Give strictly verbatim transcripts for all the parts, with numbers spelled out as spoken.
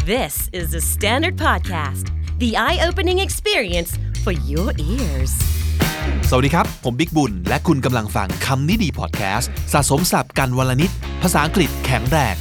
This is the Standard Podcast, the eye-opening experience for your ears. สวัสดีครับผมบิ๊กบุญและคุณกำลังฟังคำนี้ดีพอดแคสต์สะสมศัพท์กันวลนิดภาษาอังกฤษแข็งแรง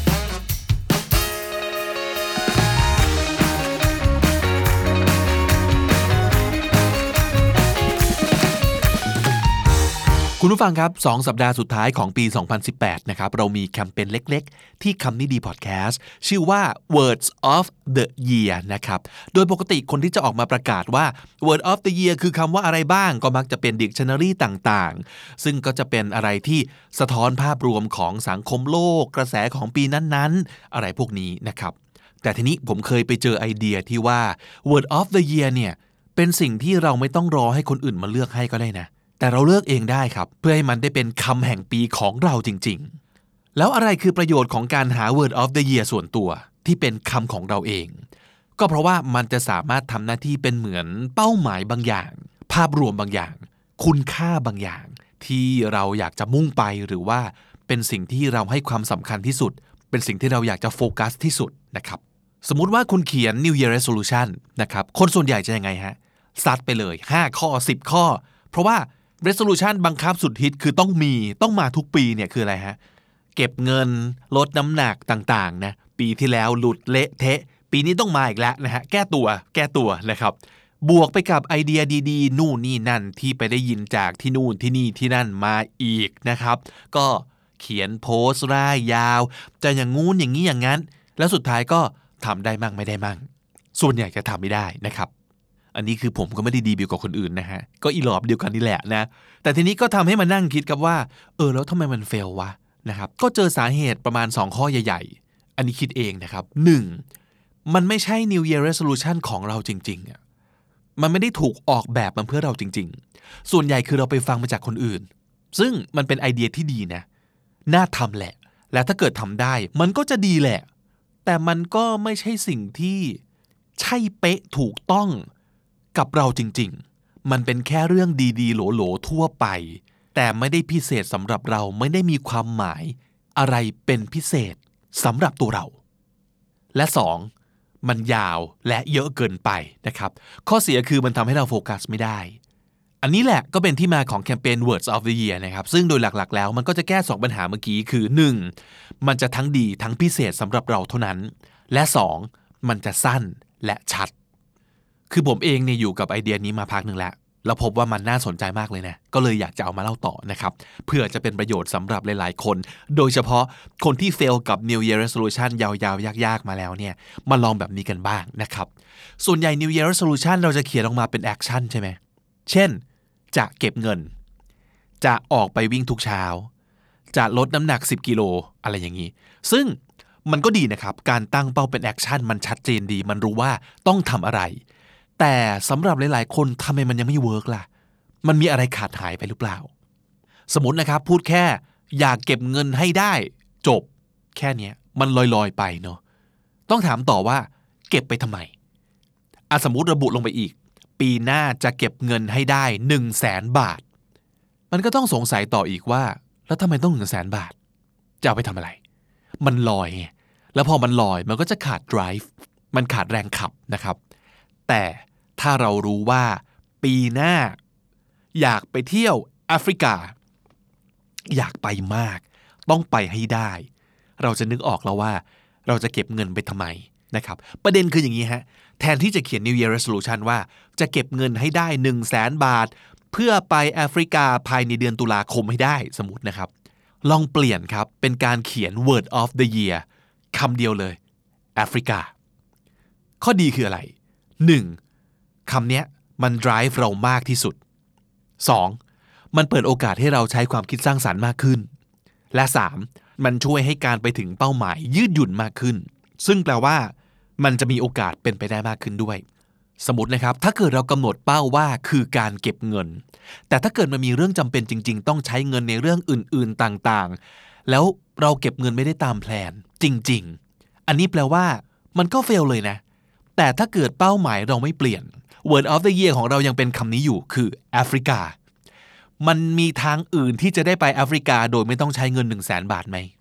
คุณผู้ฟังครับสองสัปดาห์สุดท้ายของปีสองพันสิบแปดนะครับเรามีแคมเปญเล็กๆที่คำนี้ดีพอดแคสต์ชื่อว่า Words of the Year นะครับโดยปกติคนที่จะออกมาประกาศว่า Word of the Year คือคำว่าอะไรบ้างก็มักจะเป็น Dictionary ต่างๆซึ่งก็จะเป็นอะไรที่สะท้อนภาพรวมของสังคมโลกกระแสของปีนั้นๆอะไรพวกนี้นะครับแต่ทีนี้ผมเคยไปเจอไอเดียที่ว่า Word of the Year เนี่ยเป็นสิ่งที่เราไม่ต้องรอให้คนอื่นมาเลือกให้ก็ได้นะแต่เราเลือกเองได้ครับเพื่อให้มันได้เป็นคำแห่งปีของเราจริงๆแล้วอะไรคือประโยชน์ของการหา Word of the Year ส่วนตัวที่เป็นคำของเราเองก็เพราะว่ามันจะสามารถทำหน้าที่เป็นเหมือนเป้าหมายบางอย่างภาพรวมบางอย่างคุณค่าบางอย่างที่เราอยากจะมุ่งไปหรือว่าเป็นสิ่งที่เราให้ความสำคัญที่สุดเป็นสิ่งที่เราอยากจะโฟกัสที่สุดนะครับสมมุติว่าคุณเขียน New Year Resolution นะครับคนส่วนใหญ่จะยังไงฮะซัดไปเลยห้าข้อสิบข้อเพราะว่าresolution บังคับสุดฮิตคือต้องมีต้องมาทุกปีเนี่ยคืออะไรฮะเก็บเงินลดน้ำหนักต่างๆนะปีที่แล้วหลุดเละเทะปีนี้ต้องมาอีกแล้วนะฮะแก้ตัวแก้ตัวนะครับบวกไปกับไอเดียดีๆนู่นนี่นั่นที่ไปได้ยินจากที่นู่นที่นี่ที่นั่นมาอีกนะครับก็เขียนโพสต์ร่ายยาวจะอย่างงู้นอย่างนี้อย่างนั้นแล้วสุดท้ายก็ทำได้มั่งไม่ได้มั่งส่วนใหญ่จะทำไม่ได้นะครับอันนี้คือผมก็ไม่ได้ดีกว่าคนอื่นนะฮะก็อีหลอบเดียวกันนี่แหละนะแต่ทีนี้ก็ทำให้มานั่งคิดครับว่าเออแล้วทำไมมันเฟลวะนะครับก็เจอสาเหตุประมาณสองข้อใหญ่ๆอันนี้คิดเองนะครับหนึ่งมันไม่ใช่ New Year Resolution ของเราจริงๆอ่ะมันไม่ได้ถูกออกแบบมาเพื่อเราจริงๆส่วนใหญ่คือเราไปฟังมาจากคนอื่นซึ่งมันเป็นไอเดียที่ดีนะน่าทำแหละและถ้าเกิดทำได้มันก็จะดีแหละแต่มันก็ไม่ใช่สิ่งที่ใช่เป๊ะถูกต้องกับเราจริงๆมันเป็นแค่เรื่องดีๆโหลๆทั่วไปแต่ไม่ได้พิเศษสำหรับเราไม่ได้มีความหมายอะไรเป็นพิเศษสำหรับตัวเราและสองมันยาวและเยอะเกินไปนะครับข้อเสียคือมันทำให้เราโฟกัสไม่ได้อันนี้แหละก็เป็นที่มาของแคมเปญ Words of the Year นะครับซึ่งโดยหลักๆแล้วมันก็จะแก้สองปัญหาเมื่อกี้คือหนึ่งมันจะทั้งดีทั้งพิเศษสำหรับเราเท่านั้นและสองมันจะสั้นและชัดคือผมเองเนี่ยอยู่กับไอเดียนี้มาพักหนึ่งแล้วแล้วพบว่ามันน่าสนใจมากเลยนะก็เลยอยากจะเอามาเล่าต่อนะครับเพื่อจะเป็นประโยชน์สำหรับหลายๆคนโดยเฉพาะคนที่เฟลกับ New Year Resolution ยาวๆยากๆมาแล้วเนี่ยมาลองแบบนี้กันบ้างนะครับส่วนใหญ่ New Year Resolution เราจะเขียนออกมาเป็นแอคชั่นใช่ไหมเช่นจะเก็บเงินจะออกไปวิ่งทุกเช้าจะลดน้ำหนักสิบกิโลอะไรอย่างนี้ซึ่งมันก็ดีนะครับการตั้งเป้าเป็นแอคชั่นมันชัดเจนดีมันรู้ว่าต้องทำอะไรแต่สำหรับหลายๆคนทำไมมันยังไม่เวิร์กล่ะมันมีอะไรขาดหายไปหรือเปล่าสมมตินะครับพูดแค่อยากเก็บเงินให้ได้จบแค่นี้มันลอยๆไปเนาะต้องถามต่อว่าเก็บไปทำไมอ่ะสมมุติระบุลงไปอีกปีหน้าจะเก็บเงินให้ได้ หนึ่งแสน บาทมันก็ต้องสงสัยต่ออีกว่าแล้วทำไมต้อง หนึ่งแสน บาทจะเอาไปทำอะไรมันลอยไงแล้วพอมันลอยมันก็จะขาด drive มันขาดแรงขับนะครับแต่ถ้าเรารู้ว่าปีหน้าอยากไปเที่ยวแอฟริกาอยากไปมากต้องไปให้ได้เราจะนึกออกแล้วว่าเราจะเก็บเงินไปทำไมนะครับประเด็นคืออย่างนี้ฮะแทนที่จะเขียน New Year Resolution ว่าจะเก็บเงินให้ได้ หนึ่งแสน บาทเพื่อไปแอฟริกาภายในเดือนตุลาคมให้ได้สมมุตินะครับลองเปลี่ยนครับเป็นการเขียน Word of the Year คำเดียวเลยแอฟริกาข้อดีคืออะไรหนึ่งคำนี้มัน drive เรามากที่สุดสองมันเปิดโอกาสให้เราใช้ความคิดสร้างสรรค์มากขึ้นและสามมันช่วยให้การไปถึงเป้าหมายยืดหยุ่นมากขึ้นซึ่งแปลว่ามันจะมีโอกาสเป็นไปได้มากขึ้นด้วยสมมตินะครับถ้าเกิดเรากำหนดเป้าว่าคือการเก็บเงินแต่ถ้าเกิดมันมีเรื่องจำเป็นจริงๆต้องใช้เงินในเรื่องอื่นๆต่างๆแล้วเราเก็บเงินไม่ได้ตามแผนจริงๆอันนี้แปลว่ามันก็เฟลเลยนะแต่ถ้าเกิดเป้าหมายเราไม่เปลี่ยน Word of the Year ของเรายังเป็นคำนี้อยู่คือแอฟริกามันมีทางอื่นที่จะได้ไปแอฟริกาโดยไม่ต้องใช้เงิน หนึ่งแสน บาทไหม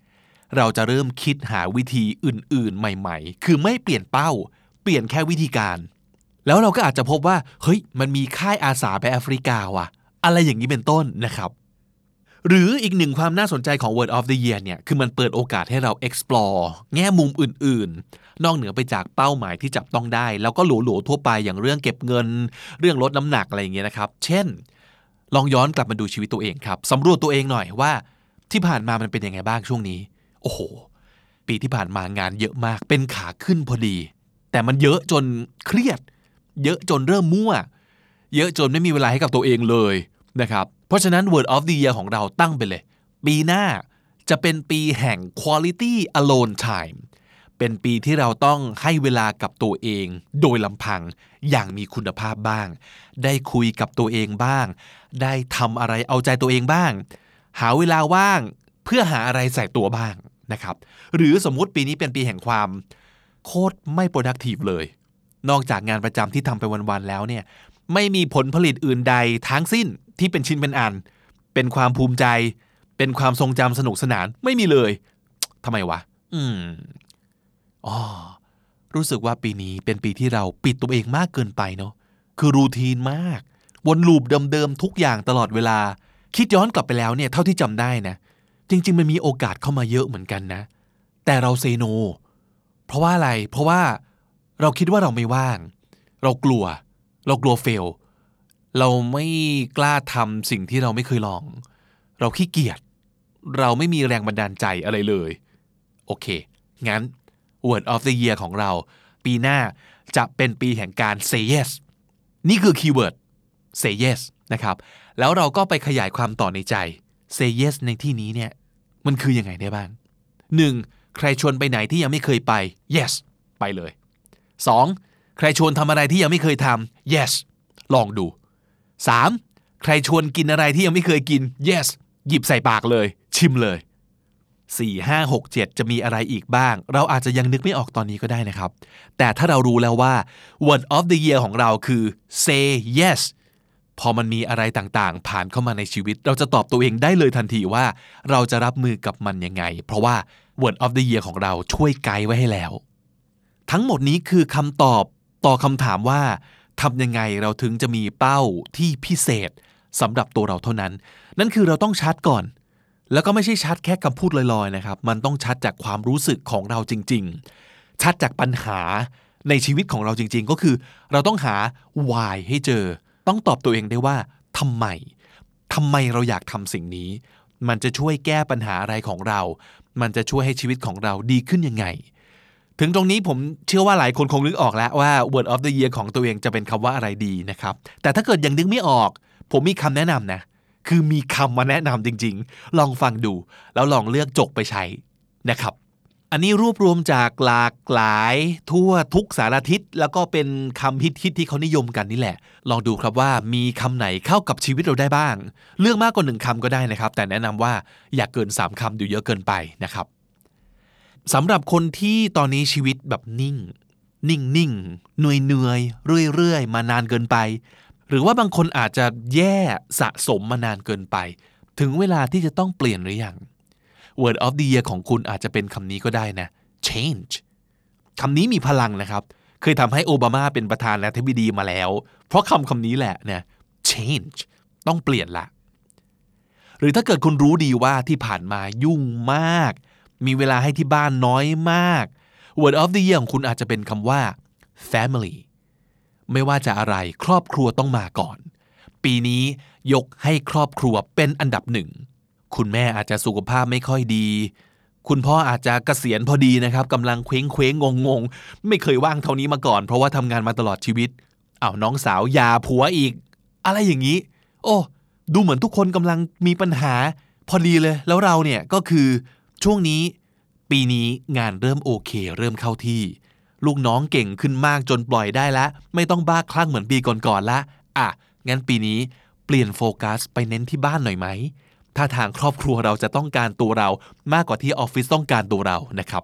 เราจะเริ่มคิดหาวิธีอื่นๆใหม่ๆคือไม่เปลี่ยนเป้าเปลี่ยนแค่วิธีการแล้วเราก็อาจจะพบว่าเฮ้ยมันมีค่ายอาสาไปแอฟริกาว่ะอะไรอย่างนี้เป็นต้นนะครับหรืออีกหนึ่งความน่าสนใจของ Word of the Year เนี่ยคือมันเปิดโอกาสให้เรา explore แง่มุมอื่นๆนอกเหนือไปจากเป้าหมายที่จับต้องได้แล้วก็หลัวๆทั่วไปอย่างเรื่องเก็บเงินเรื่องลดน้ำหนักอะไรอย่างเงี้ยนะครับเช่นลองย้อนกลับมาดูชีวิตตัวเองครับสำรวจตัวเองหน่อยว่าที่ผ่านมามันเป็นยังไงบ้างช่วงนี้โอ้โหปีที่ผ่านมางานเยอะมากเป็นขาขึ้นพอดีแต่มันเยอะจนเครียดเยอะจนเริ่มมั่วเยอะจนไม่มีเวลาให้กับตัวเองเลยนะครับเพราะฉะนั้น Word of the Year ของเราตั้งไปเลยปีหน้าจะเป็นปีแห่ง quality alone time เป็นปีที่เราต้องให้เวลากับตัวเองโดยลำพังอย่างมีคุณภาพบ้างได้คุยกับตัวเองบ้างได้ทำอะไรเอาใจตัวเองบ้างหาเวลาว่างเพื่อหาอะไรใส่ตัวบ้างนะครับหรือสมมุติปีนี้เป็นปีแห่งความโคตรไม่ productive เลยนอกจากงานประจำที่ทำไปวันๆแล้วเนี่ยไม่มีผลผลิตอื่นใดทั้งสิ้นที่เป็นชิ้นเป็นอันเป็นความภูมิใจเป็นความทรงจำสนุกสนานไม่มีเลยทำไมวะอืมอ๋อรู้สึกว่าปีนี้เป็นปีที่เราปิดตัวเองมากเกินไปเนาะคือรูทีนมากวนลูปเดิมๆทุกอย่างตลอดเวลาคิดย้อนกลับไปแล้วเนี่ยเท่าที่จำได้นะจริงๆมันมีโอกาสเข้ามาเยอะเหมือนกันนะแต่เราเซโนเพราะว่าอะไรเพราะว่าเราคิดว่าเราไม่ว่างเรากลัวเรากลัวเฟลเราไม่กล้าทำสิ่งที่เราไม่เคยลองเราขี้เกียจเราไม่มีแรงบันดาลใจอะไรเลยโอเคงั้น Word of the Year ของเราปีหน้าจะเป็นปีแห่งการ say yes นี่คือคีย์เวิร์ด say yes นะครับแล้วเราก็ไปขยายความต่อในใจ say yes ในที่นี้เนี่ยมันคือยังไงได้บ้าง หนึ่ง ใครชวนไปไหนที่ยังไม่เคยไป yes ไปเลย สอง ใครชวนทำอะไรที่ยังไม่เคยทำ yes ลองดู สาม ใครชวนกินอะไรที่ยังไม่เคยกิน yes หยิบใส่ปากเลยชิมเลยสี่ ห้า หก เจ็ดจะมีอะไรอีกบ้างเราอาจจะยังนึกไม่ออกตอนนี้ก็ได้นะครับแต่ถ้าเรารู้แล้วว่า Word of the Year ของเราคือ say yes พอมันมีอะไรต่างๆผ่านเข้ามาในชีวิตเราจะตอบตัวเองได้เลยทันทีว่าเราจะรับมือกับมันยังไงเพราะว่า Word of the Year ของเราช่วยไกด์ไว้ให้แล้วทั้งหมดนี้คือคำตอบต่อคำถามว่าทำยังไงเราถึงจะมีเป้าที่พิเศษสำหรับตัวเราเท่านั้นนั่นคือเราต้องชัดก่อนแล้วก็ไม่ใช่ชัดแค่คำพูดลอยๆนะครับมันต้องชัดจากความรู้สึกของเราจริงๆชัดจากปัญหาในชีวิตของเราจริงๆก็คือเราต้องหา why ให้เจอต้องตอบตัวเองได้ว่าทำไมทำไมเราอยากทำสิ่งนี้มันจะช่วยแก้ปัญหาอะไรของเรามันจะช่วยให้ชีวิตของเราดีขึ้นยังไงถึงตรงนี้ผมเชื่อว่าหลายคนคงนึกออกแล้วว่า Word of the Year ของตัวเองจะเป็นคำว่าอะไรดีนะครับแต่ถ้าเกิดยังนึกไม่ออกผมมีคำแนะนำนะคือมีคำมาแนะนำจริงๆลองฟังดูแล้วลองเลือกจกไปใช้นะครับอันนี้รวบรวมจากหลากหลายทั่วทุกสารทิศแล้วก็เป็นคำฮิตๆที่เขานิยมกันนี่แหละลองดูครับว่ามีคำไหนเข้ากับชีวิตเราได้บ้างเลือกมากกว่าหนึ่งคำก็ได้นะครับแต่แนะนำว่าอย่าเกินสามคำดูเยอะเกินไปนะครับสำหรับคนที่ตอนนี้ชีวิตแบบนิ่งนิ่งๆเหนื่อยๆเรื่อยๆมานานเกินไปหรือว่าบางคนอาจจะแย่สะสมมานานเกินไปถึงเวลาที่จะต้องเปลี่ยนหรือยัง Word of the Year ของคุณอาจจะเป็นคำนี้ก็ได้นะ change คำนี้มีพลังนะครับเคยทำให้โอบามาเป็นประธานาธิบดีมาแล้วเพราะคำคำนี้แหละนะ change ต้องเปลี่ยนละหรือถ้าเกิดคุณรู้ดีว่าที่ผ่านมายุ่งมากมีเวลาให้ที่บ้านน้อยมาก Word of the Year ของคุณอาจจะเป็นคำว่า familyไม่ว่าจะอะไรครอบครัวต้องมาก่อนปีนี้ยกให้ครอบครัวเป็นอันดับหนึ่งคุณแม่อาจจะสุขภาพไม่ค่อยดีคุณพ่ออาจจะเกษียณพอดีนะครับกำลังเคว้งเคว้งงงงไม่เคยว่างเท่านี้มาก่อนเพราะว่าทำงานมาตลอดชีวิตอ้าวน้องสาวหย่าผัวอีกอะไรอย่างนี้โอ้ดูเหมือนทุกคนกำลังมีปัญหาพอดีเลยแล้วเราเนี่ยก็คือช่วงนี้ปีนี้งานเริ่มโอเคเริ่มเข้าที่ลูกน้องเก่งขึ้นมากจนปล่อยได้แล้วไม่ต้องบ้าคลั่งเหมือนปีก่อนๆละอ่ะงั้นปีนี้เปลี่ยนโฟกัสไปเน้นที่บ้านหน่อยไหมถ้าทางครอบครัวเราจะต้องการตัวเรามากกว่าที่ออฟฟิศต้องการตัวเรานะครับ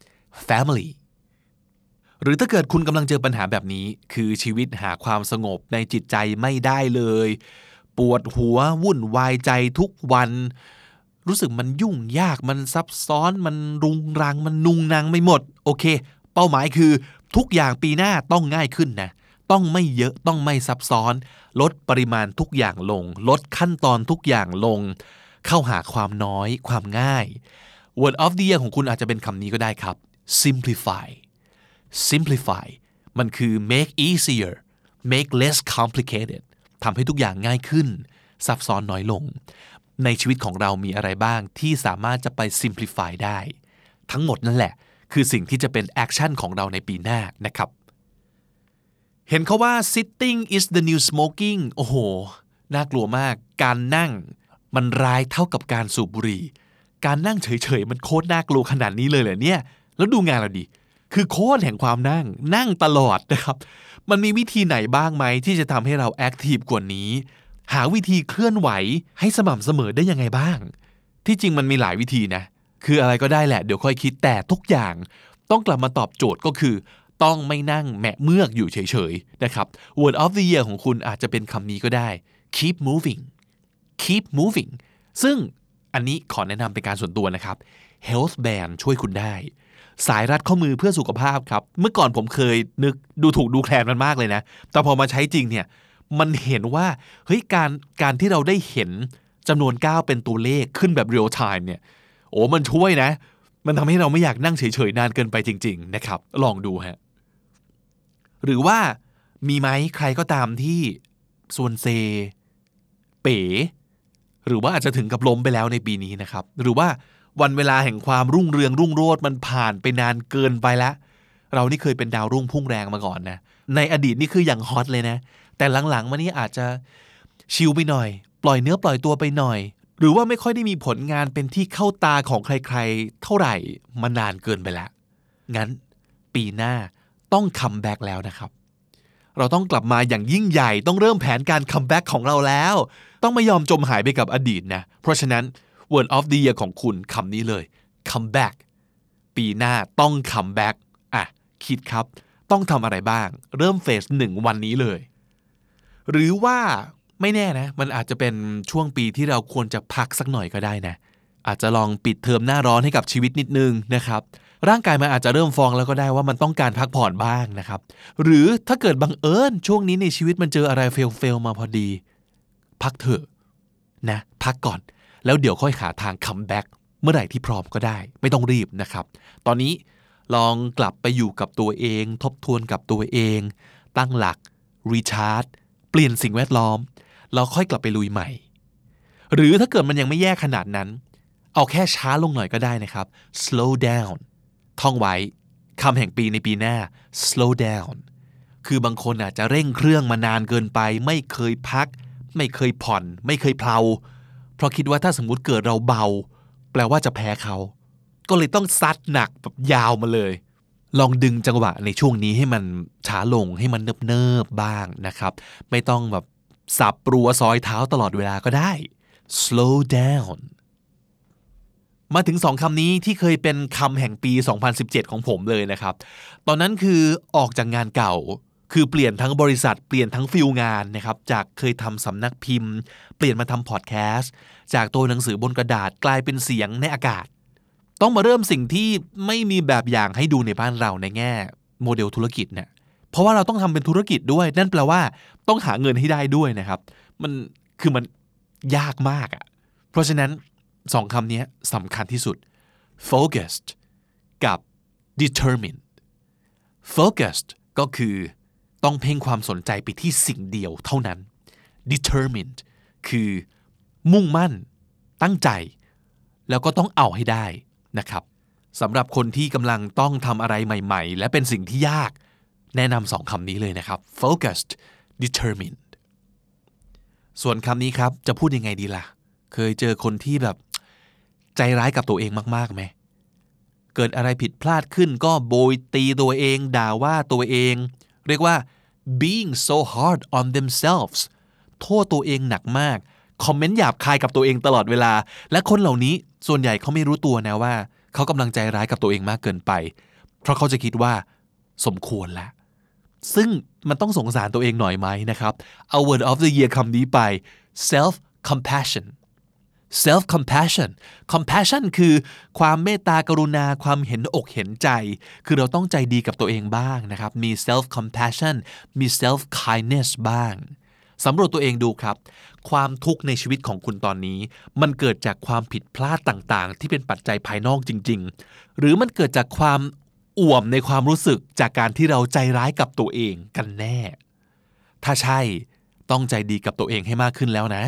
family หรือถ้าเกิดคุณกำลังเจอปัญหาแบบนี้คือชีวิตหาความสงบในจิตใจไม่ได้เลยปวดหัววุ่นวายใจทุกวันรู้สึกมันยุ่งยากมันซับซ้อนมันรุงรังมันนุงนางไม่หมดโอเคเป้าหมายคือทุกอย่างปีหน้าต้องง่ายขึ้นนะต้องไม่เยอะต้องไม่ซับซ้อนลดปริมาณทุกอย่างลงลดขั้นตอนทุกอย่างลงเข้าหาความน้อยความง่าย Word of the year ของคุณอาจจะเป็นคำนี้ก็ได้ครับ simplify simplify มันคือ make easier make less complicated ทำให้ทุกอย่างง่ายขึ้นซับซ้อนน้อยลงในชีวิตของเรามีอะไรบ้างที่สามารถจะไป simplify ได้ทั้งหมดนั่นแหละคือสิ่งที่จะเป็นแอคชั่นของเราในปีหน้านะครับเห็นเขาว่า sitting is the new smoking โอ้โหน่ากลัวมากการนั่งมันร้ายเท่ากับการสูบบุหรี่การนั่งเฉยๆมันโคตรน่ากลัวขนาดนี้เลยเหรอเนี่ยแล้วดูงานเราดิคือโคตรแห่งความนั่งนั่งตลอดนะครับมันมีวิธีไหนบ้างไหมที่จะทำให้เราแอคทีฟกว่านี้หาวิธีเคลื่อนไหวให้สม่ำเสมอได้ยังไงบ้างที่จริงมันมีหลายวิธีนะคืออะไรก็ได้แหละเดี๋ยวค่อยคิดแต่ทุกอย่างต้องกลับมาตอบโจทย์ก็คือต้องไม่นั่งแหมะเมือกอยู่เฉยๆนะครับ Word of the year ของคุณอาจจะเป็นคำนี้ก็ได้ keep moving keep moving ซึ่งอันนี้ขอแนะนำเป็นการส่วนตัวนะครับ health band ช่วยคุณได้สายรัดข้อมือเพื่อสุขภาพครับเมื่อก่อนผมเคยนึกดูถูกดูแคลนมันมากเลยนะแต่พอมาใช้จริงเนี่ยมันเห็นว่าเฮ้ยการการที่เราได้เห็นจำนวนก้าวเป็นตัวเลขขึ้นแบบ real time เนี่ยโอ้มันช่วยนะมันทำให้เราไม่อยากนั่งเฉยๆนานเกินไปจริงๆนะครับลองดูฮะหรือว่ามีไหมใครก็ตามที่ส่วนเซเป๋หรือว่าอาจจะถึงกับล้มไปแล้วในปีนี้นะครับหรือว่าวันเวลาแห่งความรุ่งเรืองรุ่งโรจน์มันผ่านไปนานเกินไปแล้วเรานี่เคยเป็นดาวรุ่งพุ่งแรงมาก่อนนะในอดีตนี่คืออย่างฮอตเลยนะแต่หลังๆมานี้อาจจะชิลไปหน่อยปล่อยเนื้อปล่อยตัวไปหน่อยหรือว่าไม่ค่อยได้มีผลงานเป็นที่เข้าตาของใครๆเท่าไหร่มานานเกินไปแล้วงั้นปีหน้าต้องคัมแบ็กแล้วนะครับเราต้องกลับมาอย่างยิ่งใหญ่ต้องเริ่มแผนการคัมแบ็กของเราแล้วต้องไม่ยอมจมหายไปกับอดีตนะเพราะฉะนั้น Word of the year ของคุณคำนี้เลย come back ปีหน้าต้อง come back อ่ะคิดครับต้องทำอะไรบ้างเริ่มเฟสหนึ่งวันนี้เลยหรือว่าไม่แน่นะมันอาจจะเป็นช่วงปีที่เราควรจะพักสักหน่อยก็ได้นะอาจจะลองปิดเทอมหน้าร้อนให้กับชีวิตนิดนึงนะครับร่างกายมันอาจจะเริ่มฟ้องแล้วก็ได้ว่ามันต้องการพักผ่อนบ้างนะครับหรือถ้าเกิดบังเอิญช่วงนี้ในชีวิตมันเจออะไรเฟลเฟลมาพอดีพักเถอะนะพักก่อนแล้วเดี๋ยวค่อยหาทางคัมแบ็กเมื่อไหร่ที่พร้อมก็ได้ไม่ต้องรีบนะครับตอนนี้ลองกลับไปอยู่กับตัวเองทบทวนกับตัวเองตั้งหลักรีชาร์จเปลี่ยนสิ่งแวดล้อมเราค่อยกลับไปลุยใหม่หรือถ้าเกิดมันยังไม่แย่ขนาดนั้นเอาแค่ช้าลงหน่อยก็ได้นะครับ slow down ท่องไว้คำแห่งปีในปีหน้า slow down คือบางคนอาจจะเร่งเครื่องมานานเกินไปไม่เคยพักไม่เคยผ่อนไม่เคยเพลาเพราะคิดว่าถ้าสมมุติเกิดเราเบาแปลว่าจะแพ้เขาก็เลยต้องซัดหนักแบบยาวมาเลยลองดึงจังหวะในช่วงนี้ให้มันช้าลงให้มันเนิบๆบ้างนะครับไม่ต้องแบบสับปรัวซอยเท้าตลอดเวลาก็ได้ slow down มาถึงสองคำนี้ที่เคยเป็นคำแห่งปีสองพันสิบเจ็ดของผมเลยนะครับตอนนั้นคือออกจากงานเก่าคือเปลี่ยนทั้งบริษัทเปลี่ยนทั้งฟิลงานนะครับจากเคยทำสำนักพิมพ์เปลี่ยนมาทำพอดแคสต์จากตัวหนังสือบนกระดาษกลายเป็นเสียงในอากาศต้องมาเริ่มสิ่งที่ไม่มีแบบอย่างให้ดูในบ้านเราในแง่โมเดลธุรกิจเนี่ยเพราะว่าเราต้องทำเป็นธุรกิจด้วยนั่นแปลว่าต้องหาเงินให้ได้ด้วยนะครับมันคือมันยากมากอ่ะเพราะฉะนั้นสองคำนี้สำคัญที่สุด focused กับ determined focused ก็คือต้องเพ่งความสนใจไปที่สิ่งเดียวเท่านั้น determined คือมุ่งมั่นตั้งใจแล้วก็ต้องเอาให้ได้นะครับสำหรับคนที่กำลังต้องทำอะไรใหม่ๆและเป็นสิ่งที่ยากแนะนำสองคำนี้เลยนะครับ focused determined ส่วนคำนี้ครับจะพูดยังไงดีล่ะเคยเจอคนที่แบบใจร้ายกับตัวเองมากๆไหมเกิดอะไรผิดพลาดขึ้นก็โบยตีตัวเองด่าว่าตัวเองเรียกว่า being so hard on themselves โทษตัวเองหนักมากคอมเมนต์หยาบคายกับตัวเองตลอดเวลาและคนเหล่านี้ส่วนใหญ่เขาไม่รู้ตัวนะว่าเขากำลังใจร้ายกับตัวเองมากเกินไปเพราะเขาจะคิดว่าสมควรแล้วซึ่งมันต้องสงสารตัวเองหน่อยไหมนะครับเอา word of the year คำนี้ไป self compassion self compassion compassion คือความเมตตากรุณาความเห็นอกเห็นใจคือเราต้องใจดีกับตัวเองบ้างนะครับมี self compassion มี self kindness บ้างสำรวจตัวเองดูครับความทุกข์ในชีวิตของคุณตอนนี้มันเกิดจากความผิดพลาดต่างๆที่เป็นปัจจัยภายนอกจริงๆหรือมันเกิดจากความอ่วมในความรู้สึกจากการที่เราใจร้ายกับตัวเองกันแน่ถ้าใช่ต้องใจดีกับตัวเองให้มากขึ้นแล้วนะ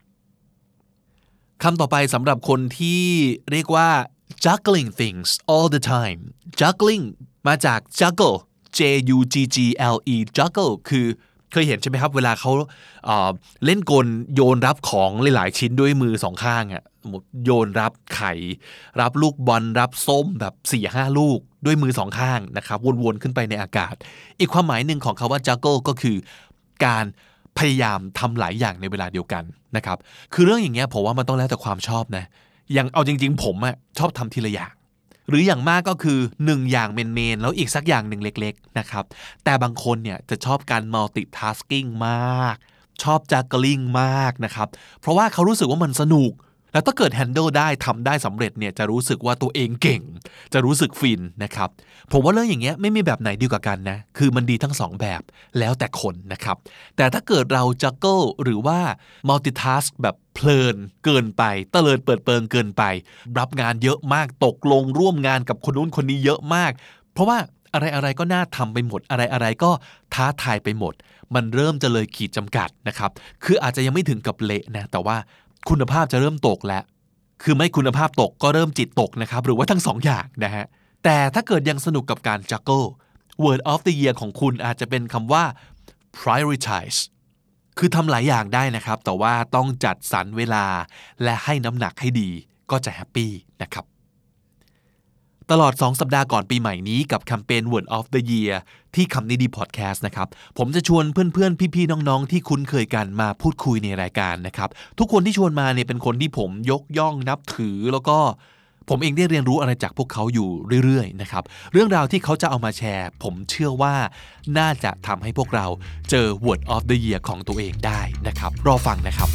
คำต่อไปสำหรับคนที่เรียกว่า juggling things all the time juggling มาจาก juggle J U G G L E juggle คือเคยเห็นใช่ไหมครับเวลาเขาเอ่อเล่นกลโยนรับของหลายๆชิ้นด้วยมือสองข้างอ่ะโยนรับไข่รับลูกบอลรับส้มแบบ สี่ห้า ลูกด้วยมือสองข้างนะครับวนๆขึ้นไปในอากาศอีกความหมายหนึ่งของคำว่า juggle ก็คือการพยายามทำหลายอย่างในเวลาเดียวกันนะครับคือเรื่องอย่างเงี้ยผมว่ามันต้องแล้วแต่ความชอบนะอย่างเอาจริงๆผมอะชอบทำทีละอย่างหรืออย่างมากก็คือหนึ่งอย่างเมนๆแล้วอีกสักอย่างหนึ่งเล็กๆนะครับแต่บางคนเนี่ยจะชอบการ multitasking มากชอบ juggling มากนะครับเพราะว่าเขารู้สึกว่ามันสนุกแล้วถ้าเกิด handle ได้ทำได้สำเร็จเนี่ยจะรู้สึกว่าตัวเองเก่งจะรู้สึกฟินนะครับผมว่าเรื่องอย่างเงี้ยไม่มีแบบไหนดีกว่ากันนะคือมันดีทั้งสองแบบแล้วแต่คนนะครับแต่ถ้าเกิดเรา juggle หรือว่า multitask แบบเพลินเกินไปเตลิดเปิดเปิงเกินไปรับงานเยอะมากตกลงร่วมงานกับคนนู้นคนนี้เยอะมากเพราะว่าอะไรๆก็น่าทำไปหมดอะไรๆก็ท้าทายไปหมดมันเริ่มจะเลยขีดจำกัดนะครับคืออาจจะยังไม่ถึงกับเละนะแต่ว่าคุณภาพจะเริ่มตกแล้วคือไม่คุณภาพตกก็เริ่มจิตตกนะครับหรือว่าทั้งสองอย่างนะฮะแต่ถ้าเกิดยังสนุกกับการ juggle word of the year ของคุณอาจจะเป็นคำว่า prioritize คือทำหลายอย่างได้นะครับแต่ว่าต้องจัดสรรเวลาและให้น้ำหนักให้ดีก็จะแฮปปี้นะครับตลอดสองสัปดาห์ก่อนปีใหม่นี้กับแคมเปญ Word of the Year ที่คำนี้ดีพอดแคสต์นะครับผมจะชวนเพื่อนๆพี่ๆน้องๆที่คุ้นเคยกันมาพูดคุยในรายการนะครับทุกคนที่ชวนมาเนี่ยเป็นคนที่ผมยกย่องนับถือแล้วก็ผมเองได้เรียนรู้อะไรจากพวกเขาอยู่เรื่อยๆนะครับเรื่องราวที่เขาจะเอามาแชร์ผมเชื่อว่าน่าจะทำให้พวกเราเจอ Word of the Year ของตัวเองได้นะครับรอฟังนะครับ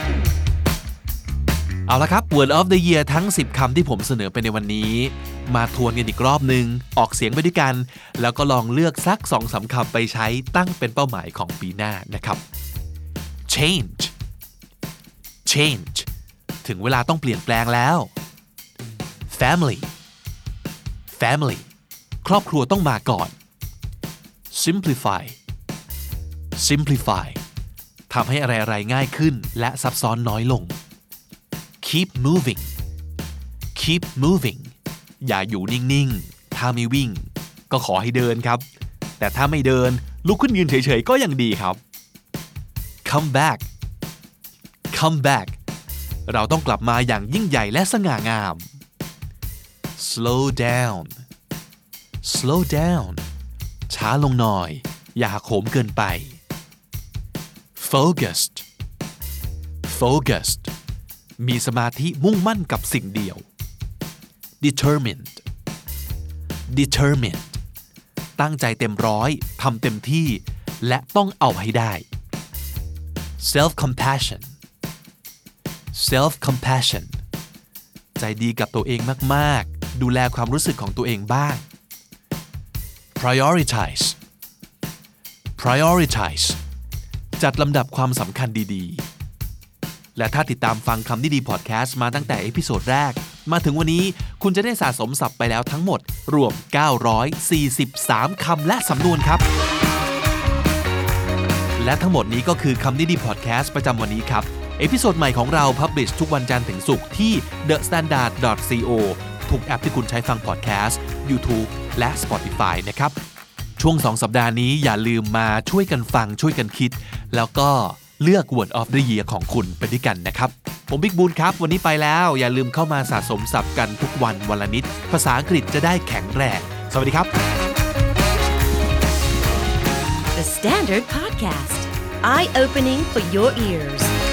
เอาละครับ Word of the Year ทั้งสิบคำที่ผมเสนอไปในวันนี้มาทวนกันอีกรอบนึงออกเสียงไปด้วยกันแล้วก็ลองเลือกสัก สองสาม คำไปใช้ตั้งเป็นเป้าหมายของปีหน้านะครับ change change ถึงเวลาต้องเปลี่ยนแปลงแล้ว family family ครอบครัวต้องมาก่อน simplify simplify ทำให้อะไรๆง่ายขึ้นและซับซ้อนน้อยลงkeep moving keep moving อย่าอยู่นิ่งๆถ้าไม่วิ่งก็ขอให้เดินครับแต่ถ้าไม่เดินลุกขึ้นยืนเฉยๆก็ยังดีครับ come back come back เราต้องกลับมาอย่างยิ่งใหญ่และสง่างาม slow down slow down ช้าลงหน่อยอย่าหักโหมเกินไป focused focusedมีสมาธิมุ่งมั่นกับสิ่งเดียว determined determined ตั้งใจเต็มร้อยทำเต็มที่และต้องเอาให้ได้ self compassion self compassion ใจดีกับตัวเองมากๆดูแลความรู้สึกของตัวเองบ้าง prioritize prioritize จัดลำดับความสำคัญดีๆและถ้าติดตามฟังคำนี้ดีพอดแคสต์มาตั้งแต่เอพิโซดแรกมาถึงวันนี้คุณจะได้สะสมศัพท์ไปแล้วทั้งหมดรวมเก้าร้อยสี่สิบสามคำและสำนวนครับและทั้งหมดนี้ก็คือคำนี้ดีพอดแคสต์ประจำวันนี้ครับเอพิโซดใหม่ของเราพับลิชทุกวันจันทร์ถึงศุกร์ที่ เดอะ สแตนดาร์ด ดอท ซี โอ ทุกแอปที่คุณใช้ฟังพอดแคสต์ YouTube และ Spotify นะครับช่วงสองสัปดาห์นี้อย่าลืมมาช่วยกันฟังช่วยกันคิดแล้วก็เลือก Word of the Year ของคุณไปด้วยกันนะครับผมบิ๊กบูนครับวันนี้ไปแล้วอย่าลืมเข้ามาสะสมศัพท์กันทุกวันวันละนิดภาษาอังกฤษจะได้แข็งแรงสวัสดีครับ The Standard Podcast Eye Opening for Your Ears